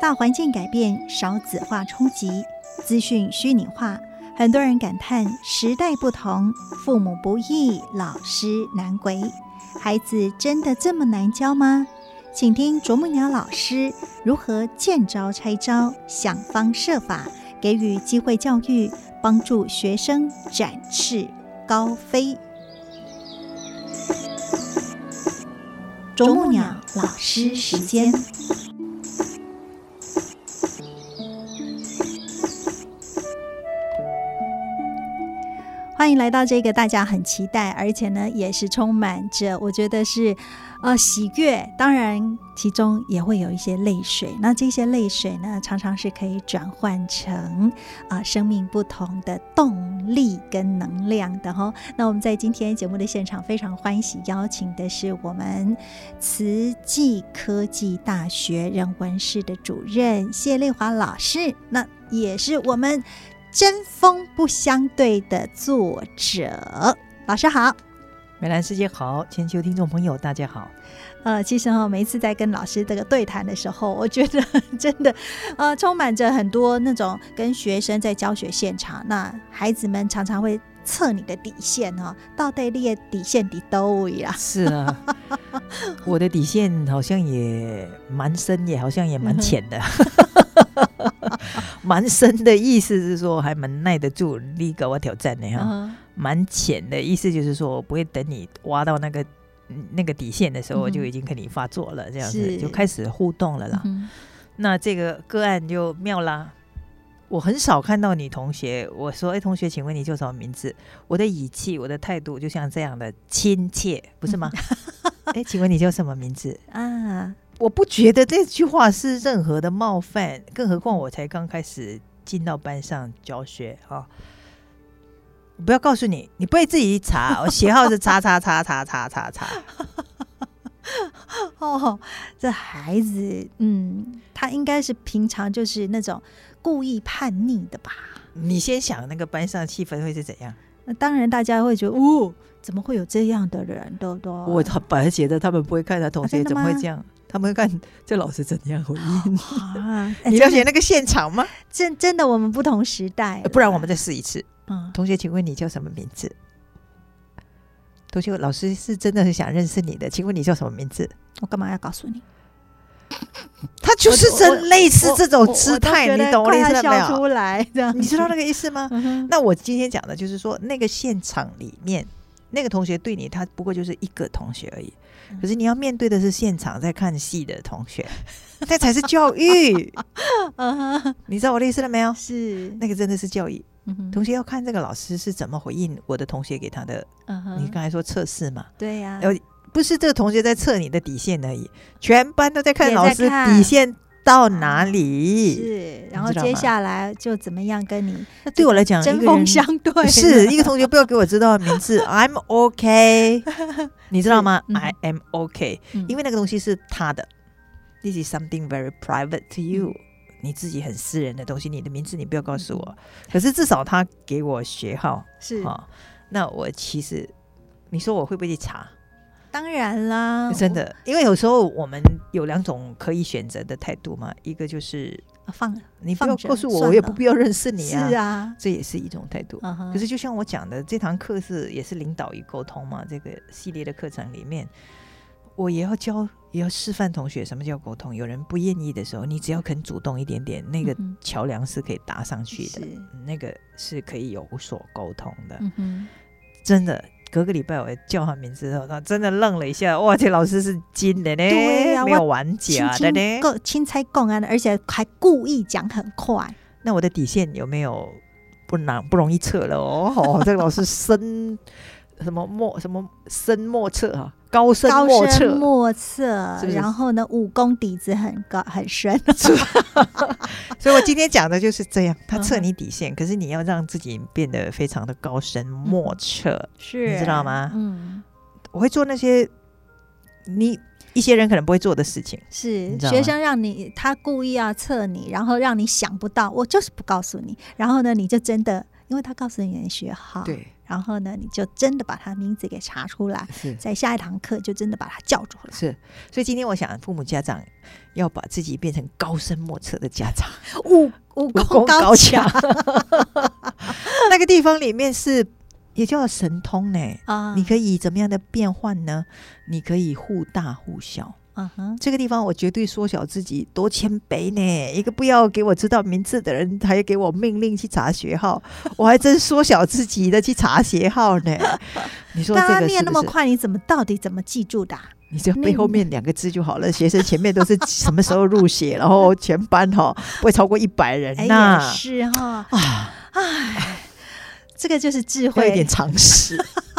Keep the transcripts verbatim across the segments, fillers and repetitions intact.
大环境改变，少子化冲击，资讯虚拟化，很多人感叹时代不同，父母不易，老师难为。孩子真的这么难教吗？请听啄木鸟老师如何见招拆招，想方设法给予机会教育，帮助学生展翅高飞。啄木鸟老师时间。欢迎来到这个大家很期待，而且呢也是充满着我觉得是呃喜悦，当然其中也会有一些泪水，那这些泪水呢常常是可以转换成啊、呃、生命不同的动力跟能量的齁。那我们在今天节目的现场非常欢喜邀请的是我们慈济科技大学人文室的主任谢丽华老师，那也是我们针锋不相对的作者。老师好。 美兰师姐好，全球听众朋友大家好。 呃，其实哈、哦，每一次在跟老师这个对谈的时候，我觉得真的呃，充满着很多那种跟学生在教学现场，那孩子们常常会测你的底线哈、哦，到底你的底线底多位啦？ 是啊，我的底线好像也蛮深，也好像也蛮浅的。蛮深的意思是说还蛮耐得住你给我挑战的哈，蛮浅的意思就是说我不会等你挖到那个那个底线的时候，我就已经跟你发作了，这样子就开始互动了啦。嗯、那这个个案就妙啦，我很少看到女同学我说哎，同学请问你叫什么名字，我的语气我的态度就像这样的亲切，不是吗？哎，请问你叫什么名字啊？我不觉得这句话是任何的冒犯，更何况我才刚开始进到班上教学啊！我不要告诉你，你不会自己查，我学号是叉叉叉叉叉叉叉。 哦，这孩子，嗯，他应该是平常就是那种故意叛逆的吧？ 你先想那个班上气氛会是怎样？ 那当然，大家会觉得，哦，怎么会有这样的人，对不对？ 我本来觉得他们不会看他同学、啊、怎么会这样。他们会看这老师怎样回应、啊欸、你了解那个现场吗？ 真真的我们不同时代、 呃、不然我们再试一次、嗯、同学请问你叫什么名字？同学老师是真的很想认识你的，请问你叫什么名字？ 我干嘛要告诉你？ 他就是真类似这种姿态，你懂我的意思没有？ 出来你知道那个意思吗？嗯、那我今天讲的就是说那个现场里面那个同学对你他不过就是一个同学而已，可是你要面对的是现场在看戏的同学，那才是教育。uh-huh. 你知道我的意思了没有？ 是那个真的是教育、uh-huh. 同学要看这个老师是怎么回应我的同学给他的、uh-huh. 你刚才说测试嘛， 对呀、 啊，不是这个同学在测你的底线而已，全班都在看老师底线到哪里， 是，然后接下来就怎么样跟你那对我来讲针锋相对， 是一个同学不要给我知道名字I'm OK 你知道吗、嗯、I am OK、嗯、因为那个东西是他的， This is something very private to you、嗯、你自己很私人的东西，你的名字你不要告诉我、嗯、可是至少他给我学号， 是、 哦、那我其实你说我会不会去查？ 当然啦， 真的，因为有时候我们有两种可以选择的态度嘛，一个就是放你不要告诉我，我也不必要认识你啊， 是啊， 这也是一种态度、uh-huh. 可是就像我讲的，这堂课是也是领导与沟通嘛，这个系列的课程里面我也要教，也要示范同学什么叫沟通。有人不愿意的时候，你只要肯主动一点点，那个桥梁是可以搭上去的、嗯、那个是可以有所沟通的、嗯、真的。隔个礼拜我叫他名字之后，他真的愣了一下，哇，这老师是金的呢，对啊，没有玩假的呢， 钦差共安的，而且还故意讲很快。 那我的底线有没有不难不容易测了哦？哦这个老师深什么莫什么深莫测啊，高深莫测，高深莫测，是不是？然后呢，武功底子很高很深。 所以我今天讲的就是这样，他测你底线、嗯、可是你要让自己变得非常的高深莫测、嗯、是，你知道吗？嗯，我会做那些你一些人可能不会做的事情， 是学生让你他故意要测你，然后让你想不到，我就是不告诉你，然后呢你就真的因为他告诉你的学号， 对， 然后呢你就真的把他名字给查出来，在下一堂课就真的把他叫出来。 是，所以今天我想父母家长要把自己变成高深莫测的家长， 武武功高强那个地方里面是也叫神通呢、 啊、 你可以怎么样的变换呢？你可以忽大忽小。 Uh huh. 这个地方我绝对缩小自己，多谦卑呢！一个不要给我知道名字的人，还给我命令去查学号，我还真缩小自己的去查学号呢。你说这个是不是？ 大家念那么快，你怎么到底怎么记住的、啊？ 你只要背后面两个字就好了。学生前面都是什么时候入学，然后全班哈、哦、不会超过一百人呐、 啊哎。是哈、哦、啊，哎，这个就是智慧， 要一点常识。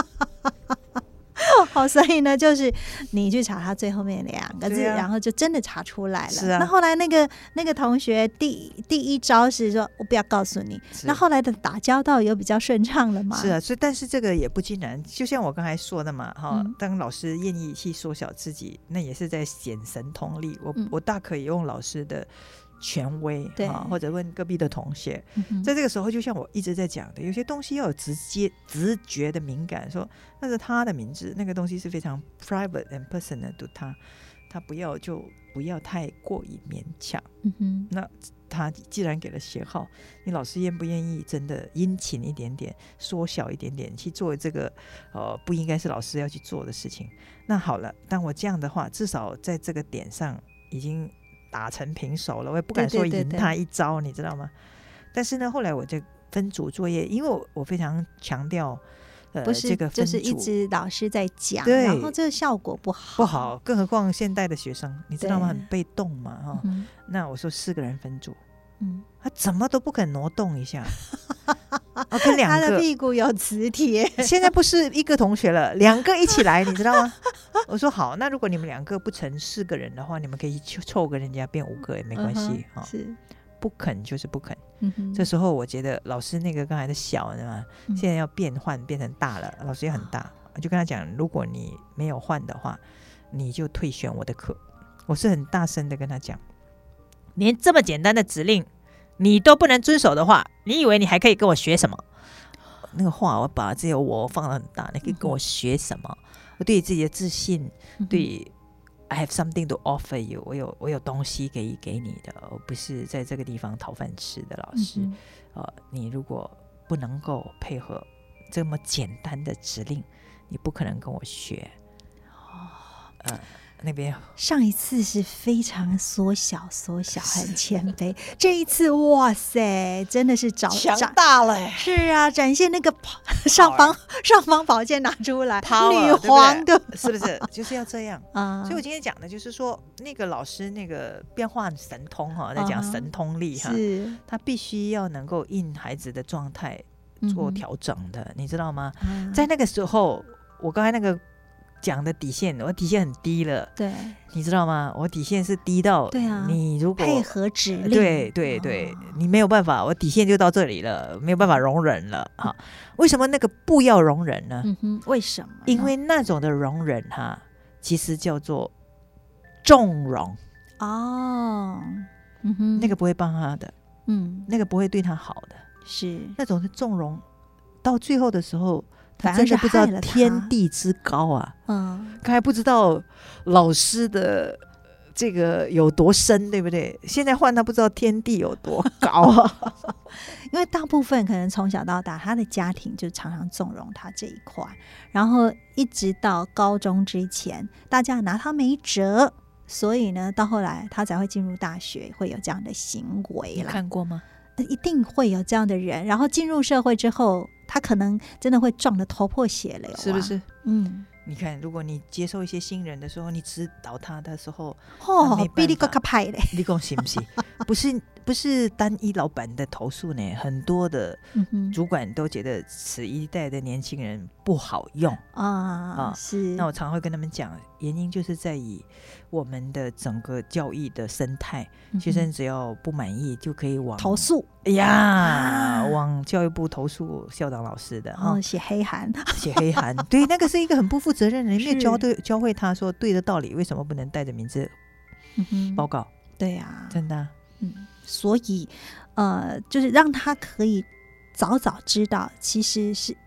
好，所以呢，就是你去查他最后面两个字、啊，然后就真的查出来了。 是啊。 那后来那个那个同学第第一招是说，我不要告诉你。那后来的打交道有比较顺畅了吗？ 是啊，所以但是这个也不尽然，就像我刚才说的嘛，哈、嗯，当老师愿意去缩小自己，那也是在显神通力。我、嗯、我大可以用老师的权威，对、啊，或者问隔壁的同学、嗯，在这个时候，就像我一直在讲的，有些东西要有直接直觉的敏感，说那是他的名字，那个东西是非常 private and personal to 他，他不要就不要太过于勉强。嗯哼，那他既然给了学号，你老师愿不愿意真的殷勤一点点，缩小一点点去做这个呃不应该是老师要去做的事情？那好了，当我这样的话，至少在这个点上已经打成平手了，我也不敢说赢他一招，对对对对，你知道吗？但是呢，后来我就分组作业，因为 我, 我非常强调，呃， 不是这个分就是一直老师在讲，然后这个效果不好， 不好，更何况现代的学生，你知道吗？很被动嘛，哈、嗯。那我说四个人分组，嗯，他怎么都不肯挪动一下，我跟两个， 他的屁股有磁铁。 现在不是一个同学了，两个一起来，你知道吗？我说好，那如果你们两个不成四个人的话，你们可以凑个人家变五个也没关系、嗯、是不肯就是不肯、嗯、这时候我觉得老师那个刚才的小嘛、嗯、现在要变换变成大了，老师也很大，我就跟他讲，如果你没有换的话，你就退选我的课。我是很大声的跟他讲，连这么简单的指令你都不能遵守的话，你以为你还可以跟我学什么？那个话我把只有我放得很大，你可以跟我学什么？我对自己的自信，嗯、对 I have something to offer you， 我有我有东西可以给你的，我不是在这个地方讨饭吃的老师、嗯呃。你如果不能够配合这么简单的指令，你不可能跟我学。哦，呃那边上一次是非常缩小缩小很谦卑，这一次哇塞真的是找强大了， 是啊，展现那个尚方尚方宝剑拿出来，女皇的， 是不是就是要这样、嗯、所以我今天讲的就是说那个老师那个变换神通哈，在讲神通力哈、嗯，他必须要能够应孩子的状态做调整的、嗯、你知道吗、嗯、在那个时候我刚才那个讲的底线，我底线很低了，对，你知道吗？我底线是低到，对啊，你如果配合指令， 对对对、哦，你没有办法，我底线就到这里了，没有办法容忍了哈、嗯。为什么那个不要容忍呢？ 嗯哼，为什么？ 因为那种的容忍哈，其实叫做纵容哦，嗯哼， 那个不会帮他的，嗯，那个不会对他好的， 是那种的纵容，到最后的时候。他真的不知道天地之高啊！嗯，刚才不知道老师的这个有多深，对不对？现在换他不知道天地有多高啊！ 因为大部分可能从小到大，他的家庭就常常纵容他这一块，然后一直到高中之前，大家拿他没辙，所以呢，到后来他才会进入大学，会有这样的行为啦。 你看过吗？ 一定会有这样的人，然后进入社会之后，他可能真的会撞得头破血流、啊， 是不是？嗯，你看，如果你接受一些新人的时候，你指导他的时候， 哦，比你更卡派嘞， 你讲是不是？不是，不是单一老板的投诉呢，很多的主管都觉得此一代的年轻人不好用啊啊！是，那我常会跟他们讲，原因就是在于我们的整个教育的生态，嗯、学生只要不满意就可以往投诉， 哎呀、啊，往教育部投诉校长老师的， 哦，写黑函， 写黑函，对，那个是一个很不负责任的，你没有教对教会他说对的道理，为什么不能带着名字报告？ 嗯、对呀、啊， 真的、啊， 嗯，所以呃，就是让他可以早早知道，其实是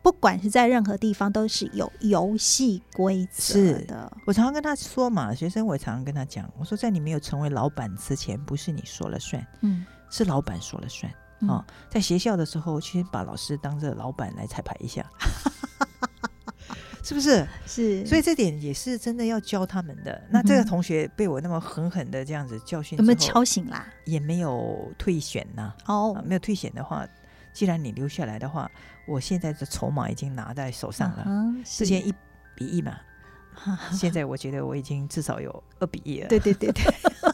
不管是在任何地方都是有游戏规则的。 我常常跟他说嘛，学生我也常常跟他讲，我说在你没有成为老板之前，不是你说了算，嗯，是老板说了算、嗯哦、在学校的时候先把老师当着老板来彩排一下是不是？ 是， 所以这点也是真的要教他们的。那这个同学被我那么狠狠的这样子教训之后， 有没有敲醒啦？ 也没有退选呐、啊。哦、啊，没有退选的话，既然你留下来的话，我现在的筹码已经拿在手上了。嗯、之前一比一嘛，现在我觉得我已经至少有二比一了。 对对对对。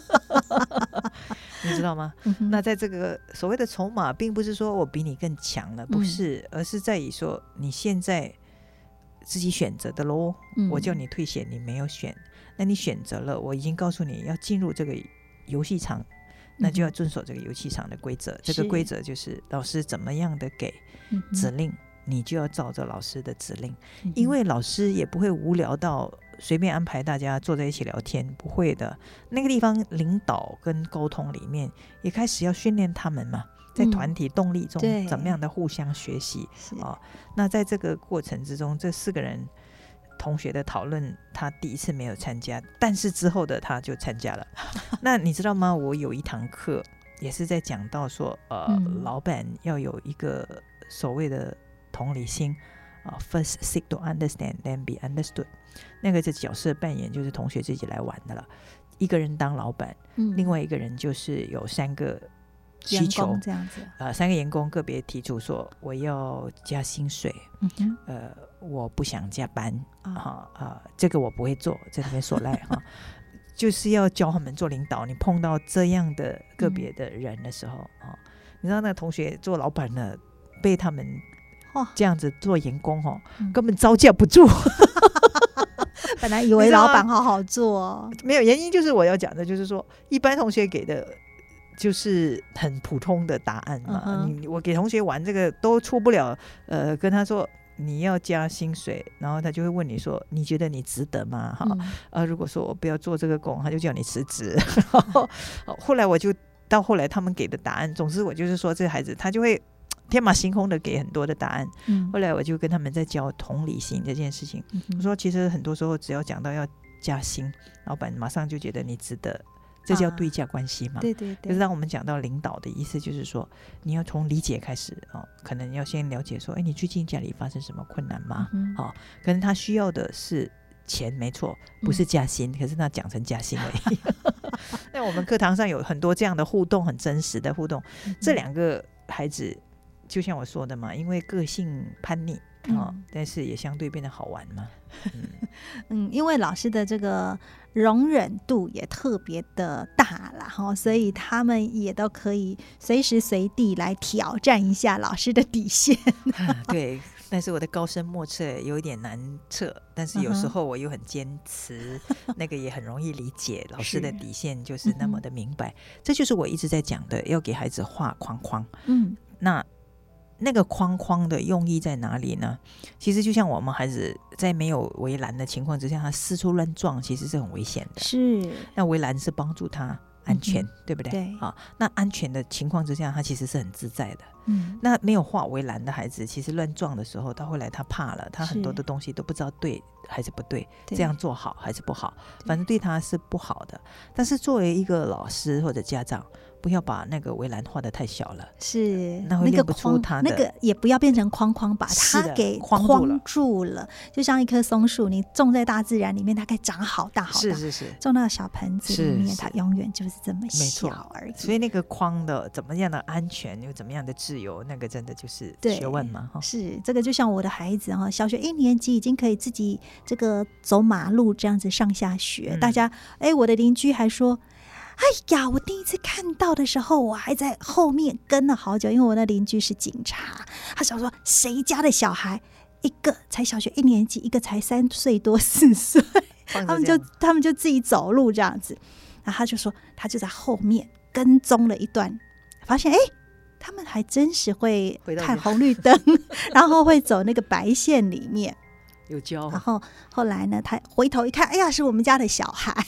你知道吗、嗯、那在这个所谓的筹码并不是说我比你更强了，不是、嗯、而是在于说你现在自己选择的咯、嗯、我叫你退选你没有选，那你选择了，我已经告诉你要进入这个游戏场，那就要遵守这个游戏场的规则、嗯、这个规则就是老师怎么样的给指令、嗯、你就要照着老师的指令、嗯、因为老师也不会无聊到随便安排大家坐在一起聊天，不会的。那个地方领导跟沟通里面也开始要训练他们嘛，在团体动力中、嗯、怎么样的互相学习、哦、那在这个过程之中，这四个人同学的讨论他第一次没有参加，但是之后的他就参加了那你知道吗，我有一堂课也是在讲到说呃、嗯，老板要有一个所谓的同理心、uh, First seek to understand then be understood， 那个是角色扮演，就是同学自己来玩的了。一个人当老板、嗯、另外一个人就是有三个需求这样子、 呃、三个员工个别提出说我要加薪水、嗯呃、我不想加班、哦啊呃、这个我不会做，在那边说赖、啊、就是要教他们做领导。你碰到这样的个别的人的时候、嗯啊、你知道那个同学做老板呢，被他们这样子做员工、哦嗯、根本招架不住本来以为老板好好做、哦、 没有原因，就是我要讲的就是说一般同学给的就是很普通的答案嘛、嗯、你我给同学玩这个都出不了呃，跟他说你要加薪水，然后他就会问你说你觉得你值得吗、嗯呃、如果说我不要做这个工，他就叫你辞职后来我就到后来他们给的答案，总之我就是说这个孩子他就会天马行空的给很多的答案、嗯、后来我就跟他们在教同理心这件事情、嗯、我说其实很多时候只要讲到要加薪，老板马上就觉得你值得，这叫对价关系嘛、啊、 对对对。 就是当我们讲到领导的意思，就是说你要从理解开始、哦、可能要先了解说哎，你最近家里发生什么困难吗、嗯哦、可能他需要的是钱没错，不是加薪、嗯、可是他讲成加薪而已那我们课堂上有很多这样的互动，很真实的互动、嗯、这两个孩子就像我说的嘛，因为个性叛逆、嗯哦、但是也相对变得好玩嘛。嗯, 嗯因为老师的这个容忍度也特别的大啦、哦、所以他们也都可以随时随地来挑战一下老师的底线对，但是我的高深莫测有一点难测，但是有时候我又很坚持、uh-huh. 那个也很容易理解老师的底线就是那么的明白、嗯、这就是我一直在讲的，要给孩子画框框。嗯，那那个框框的用意在哪里呢？其实就像我们孩子在没有围栏的情况之下，他四处乱撞其实是很危险的。 是， 那围栏是帮助他安全、嗯、对不对？ 对、 啊、那安全的情况之下他其实是很自在的。嗯，那没有画围栏的孩子其实乱撞的时候，到后来他怕了，他很多的东西都不知道对还是不对，对这样做好还是不好，反正对他是不好的。但是作为一个老师或者家长，不要把那个围栏画得太小了， 是那会练不出他的、 那个、那个也不要变成框框，把它给框住 了, 框住了就像一棵松树，你种在大自然里面它可以长好大好大， 是是是， 种到小盆子里面它永远就是这么小而已。 所以那个框的怎么样的安全又怎么样的自由，那个真的就是学问嘛。 是这个就像我的孩子小学一年级已经可以自己这个走马路这样子上下学、嗯、大家哎，我的邻居还说哎呀，我第一次看到的时候我还在后面跟了好久，因为我的邻居是警察，他想说谁家的小孩一个才小学一年级，一个才三岁多四岁，他们就他们就自己走路这样子，然后他就说他就在后面跟踪了一段，发现哎他们还真是会看红绿灯然后会走那个白线里面有教， 然后后来呢他回头一看，哎呀是我们家的小孩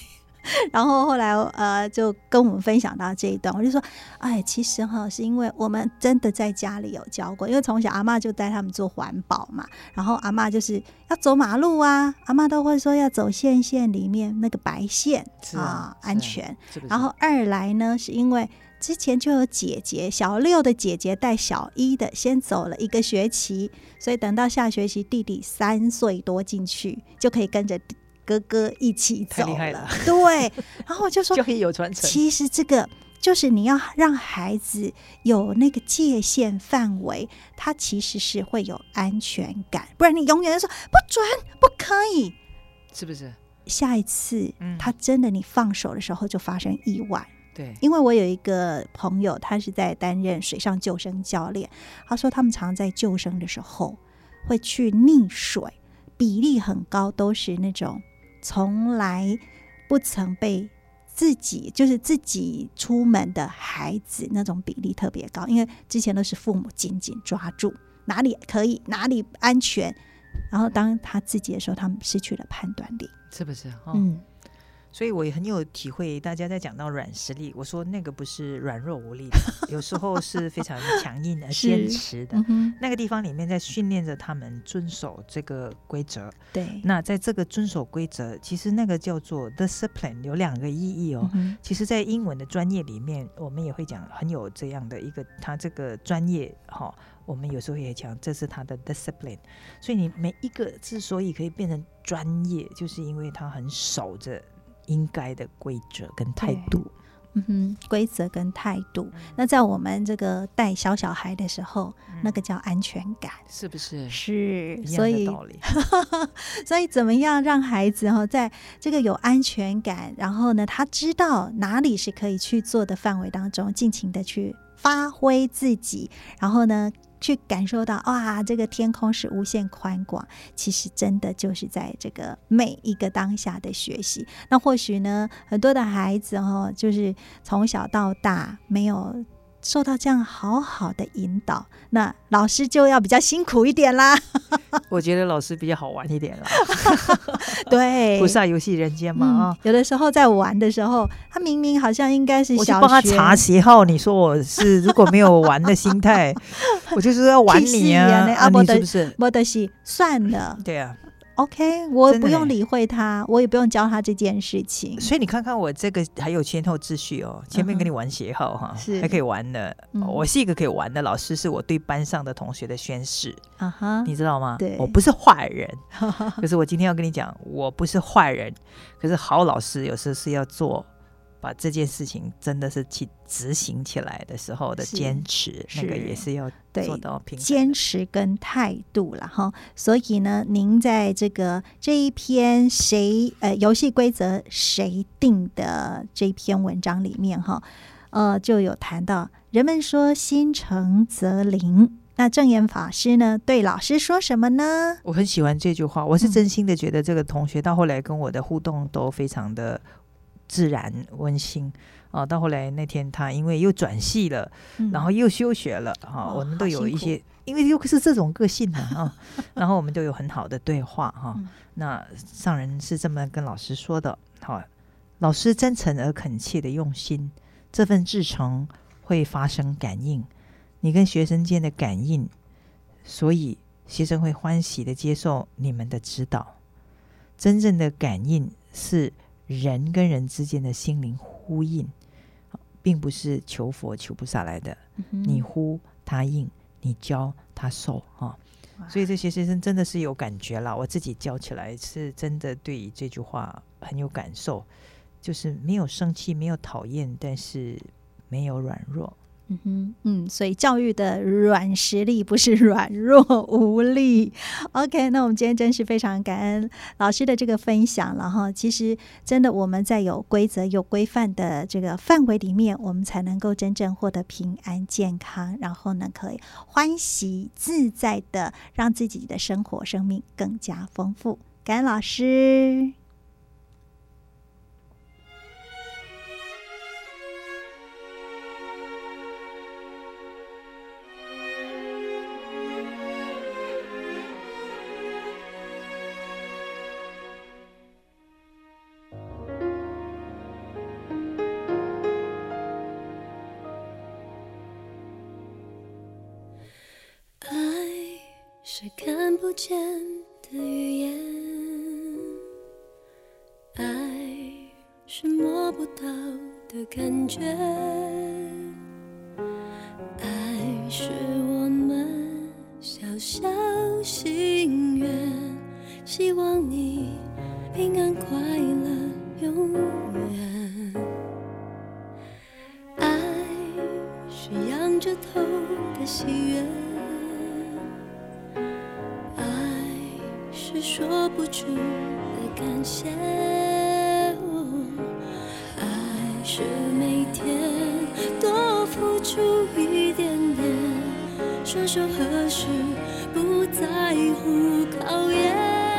然后后来呃就跟我们分享到这一段，我就说哎，其实哈是因为我们真的在家里有教过，因为从小阿嬷就带他们做环保嘛，然后阿嬷就是要走马路啊，阿嬷都会说要走线线里面那个白线啊，啊安全是是。然后二来呢是因为之前就有姐姐小六的姐姐带小一的先走了一个学期，所以等到下学期弟弟三岁多进去就可以跟着哥哥一起走 了, 太厉害了对，然后我就说就可以有传承， 其实这个就是你要让孩子有那个界限范围，他其实是会有安全感，不然你永远说不准不可以， 是不是下一次、嗯、他真的你放手的时候就发生意外。 对， 因为我有一个朋友，他是在担任水上救生教练，他说他们常在救生的时候会去溺水，比例很高，都是那种从来不曾被自己就是自己出门的孩子，那种比例特别高，因为之前都是父母紧紧抓住哪里可以哪里安全，然后当他自己的时候他们失去了判断力， 是不是、哦、 嗯， 所以我也很有体会，大家在讲到软实力，我说那个不是软弱无力的，有时候是非常强硬的坚持的、嗯、那个地方里面在训练着他们遵守这个规则。 对， 那在这个遵守规则，其实那个叫做 discipline 有两个意义哦、嗯、其实在英文的专业里面我们也会讲很有这样的一个，他这个专业、哦、我们有时候也讲这是他的 discipline。 所以你每一个之所以可以变成专业，就是因为他很守着应该的规则跟态度。 嗯哼，规则跟态度、嗯、那在我们这个带小小孩的时候、嗯、那个叫安全感， 是不是？ 是， 一样的道理。 所以怎么样让孩子在这个有安全感，然后呢他知道哪里是可以去做的范围当中尽情的去发挥自己，然后呢去感受到哇，这个天空是无限宽广，其实真的就是在这个每一个当下的学习。那或许呢很多的孩子、哦、就是从小到大没有受到这样好好的引导，那老师就要比较辛苦一点啦。 我觉得老师比较好玩一点啦。 对， 菩萨游戏人间嘛、嗯哦、 有的时候在玩的时候，他明明好像应该是小学， 我就帮他查鞋号，你说我是如果没有玩的心态我就是要玩你啊，啊你是不是没得戏算了。 对啊 OK， 我不用理会他，我也不用教他这件事情。 所以你看看我这个还有前后秩序哦，前面跟你玩鞋号哈、嗯，还可以玩的、嗯。我是一个可以玩的老师，是我对班上的同学的宣誓、uh-huh, 你知道吗？ 对， 我不是坏人。可是我今天要跟你讲，我不是坏人。可是好老师有时候是要做。把这件事情真的是去执行起来的时候的坚持，那个也是要做到平衡， 坚持跟态度啦哈。所以呢，您在这个这一篇谁呃游戏规则谁定的这篇文章里面哈，呃就有谈到人们说心诚则灵。那正言法师呢对老师说什么呢？ 我很喜欢这句话，我是真心的觉得这个同学到后来跟我的互动都非常的自然温馨、啊、到后来那天他因为又转系了、嗯、然后又休学了、啊哦、我们都有一些因为又是这种个性、啊啊、然后我们都有很好的对话、啊嗯、那上人是这么跟老师说的、啊、老师真诚而恳切的用心，这份至诚会发生感应，你跟学生间的感应，所以学生会欢喜的接受你们的指导。真正的感应是人跟人之间的心灵呼应，并不是求佛求菩萨来的、嗯、你呼他应，你教他受、哦、所以这些学生真的是有感觉了，我自己教起来是真的对于这句话很有感受，就是没有生气，没有讨厌，但是没有软弱。 嗯哼，嗯，所以教育的软实力不是软弱无力。OK， 那我们今天真是非常感恩老师的这个分享了哈。其实真的我们在有规则有规范的这个范围里面，我们才能够真正获得平安健康，然后呢可以欢喜自在的让自己的生活生命更加丰富。感恩老师。 是看不见的语言，爱是摸不到的感觉，爱是我们小小心愿，希望你平安快乐永远。爱是仰着头的喜悦，爱是说不出的感谢，爱是每天多付出一点点，双手合十不在乎考验，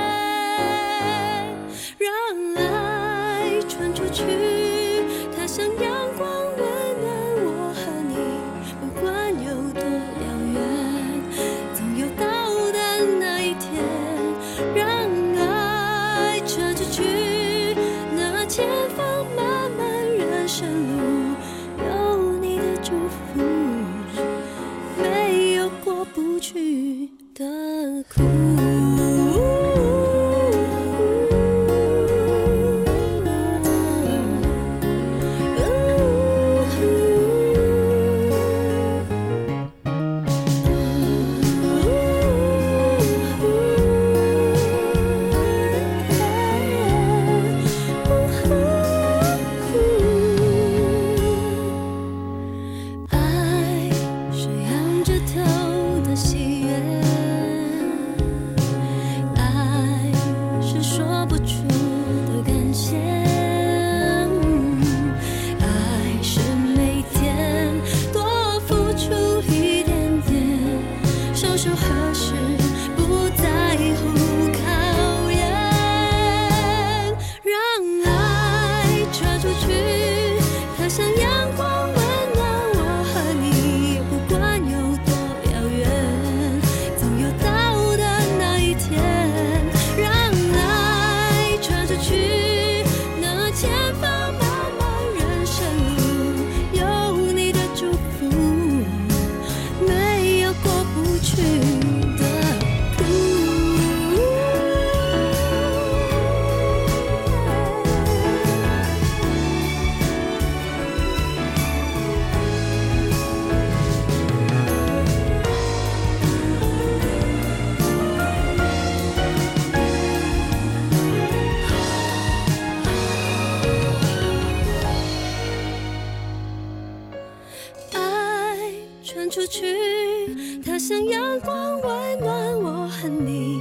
让爱传出去，它像阳光温暖我和你，不管有多遥远，总有到达那一天，让爱传出去，那前方漫漫人生路，有你的祝福，没有过不去的苦。出去，它像阳光温暖我和你，